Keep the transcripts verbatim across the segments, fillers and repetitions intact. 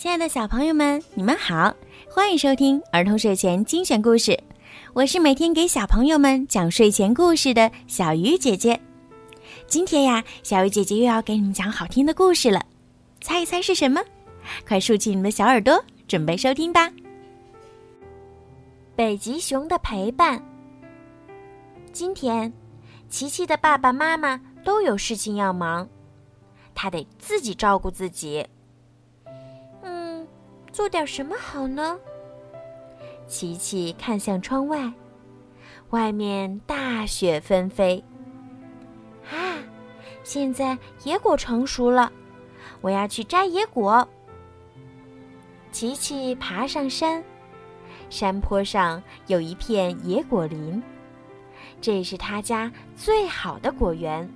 亲爱的小朋友们，你们好，欢迎收听儿童睡前精选故事。我是每天给小朋友们讲睡前故事的小鱼姐姐。今天呀，小鱼姐姐又要给你们讲好听的故事了，猜一猜是什么？快竖起你们的小耳朵，准备收听吧。北极熊的陪伴。今天，琪琪的爸爸妈妈都有事情要忙，他得自己照顾自己。嗯，做点什么好呢？琪琪看向窗外，外面大雪纷飞。啊，现在野果成熟了，我要去摘野果。琪琪爬上山，山坡上有一片野果林，这是他家最好的果园。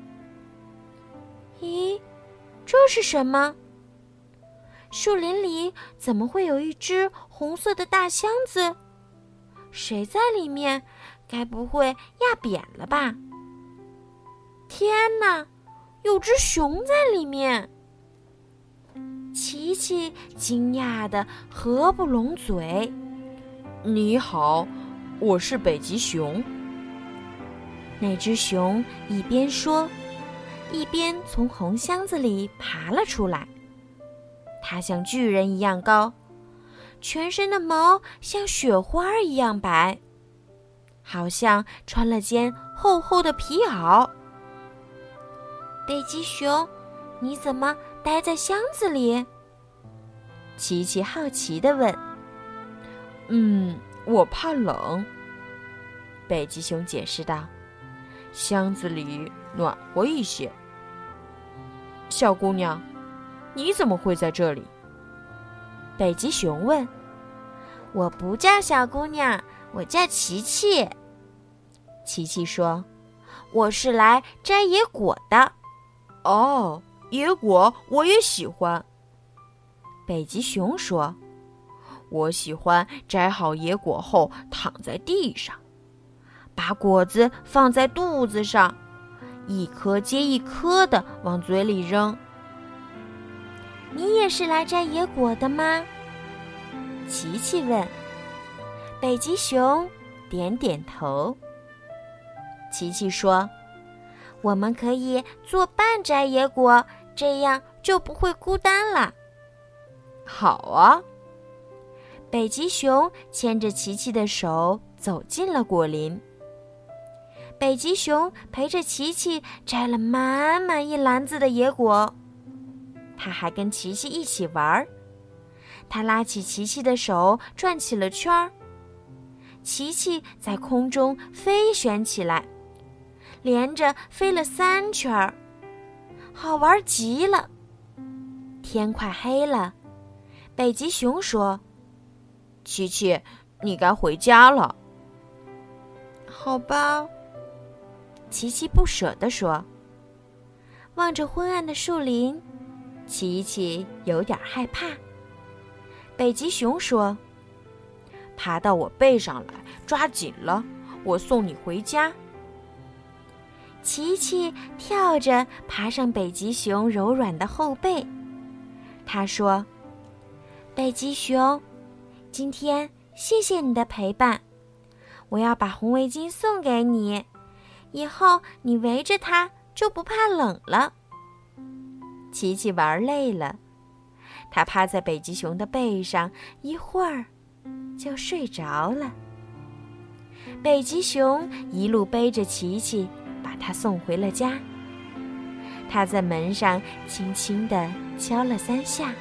咦，这是什么？树林里怎么会有一只红色的大箱子？谁在里面？该不会压扁了吧？天哪，有只熊在里面！琪琪惊讶得合不拢嘴。 你好，我是北极熊。 那只熊一边说，一边从红箱子里爬了出来。它像巨人一样高，全身的毛像雪花一样白，好像穿了件厚厚的皮袄。北极熊，你怎么待在箱子里？琪琪好奇地问。 嗯，我怕冷。北极熊解释道，箱子里暖和一些。小姑娘，你怎么会在这里？ 北极熊问。我不叫小姑娘，我叫琪琪。琪琪说，我是来摘野果的。 哦，野果我也喜欢。 北极熊说， 我喜欢摘好野果后躺在地上，把果子放在肚子上，一颗接一颗地往嘴里扔。 你也是来摘野果的吗？琪琪问。北极熊点点头。琪琪说，我们可以作伴摘野果，这样就不会孤单了。 好啊。 北极熊牵着琪琪的手走进了果林。北极熊陪着琪琪摘了满满一篮子的野果。他还跟琪琪一起玩，他拉起琪琪的手转起了圈儿，琪琪在空中飞旋起来，连着飞了三圈儿，好玩极了。天快黑了，北极熊说， 琪琪，你该回家了。 好吧，琪琪不舍地说。望着昏暗的树林，琪琪有点害怕。北极熊说， 爬到我背上来，抓紧了，我送你回家。 琪琪跳着爬上北极熊柔软的后背。他说，北极熊，今天谢谢你的陪伴，我要把红围巾送给你，以后你围着它就不怕冷了。琪琪玩累了，他趴在北极熊的背上，一会儿就睡着了。北极熊一路背着琪琪，把他送回了家。他在门上轻轻地敲了三下，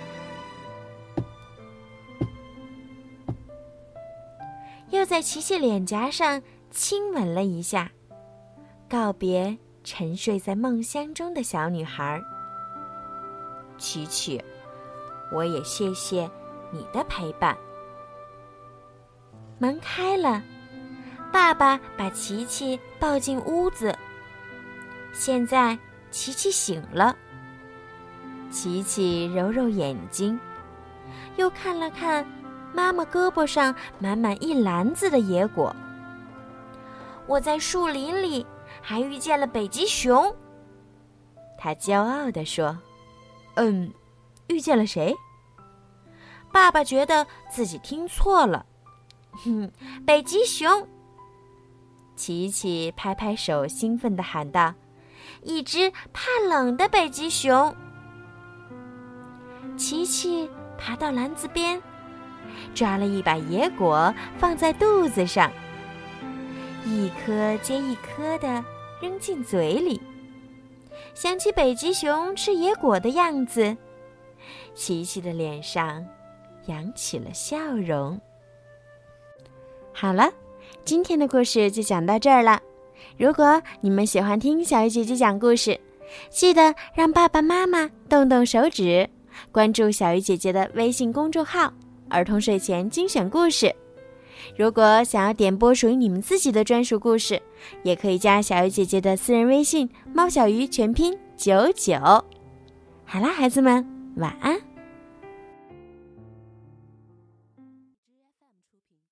又在琪琪脸颊上亲吻了一下，告别沉睡在梦乡中的小女孩。 琪琪，我也谢谢你的陪伴。 门开了，爸爸把琪琪抱进屋子。现在琪琪醒了。琪琪揉揉眼睛，又看了看妈妈胳膊上满满一篮子的野果。我在树林里还遇见了北极熊。他骄傲地说。 嗯，遇见了谁？ 爸爸觉得自己听错了。哼，北极熊！琪琪拍拍手，兴奋地喊道：“一只怕冷的北极熊！”琪琪爬到篮子边，抓了一把野果放在肚子上，一颗接一颗地扔进嘴里。想起北极熊吃野果的样子，琪琪的脸上扬起了笑容。好了，今天的故事就讲到这儿了。如果你们喜欢听小鱼姐姐讲故事，记得让爸爸妈妈动动手指，关注小鱼姐姐的微信公众号儿童睡前精选故事。如果想要点播属于你们自己的专属故事，也可以加小鱼姐姐的私人微信猫小鱼全拼九九。好啦，孩子们，晚安。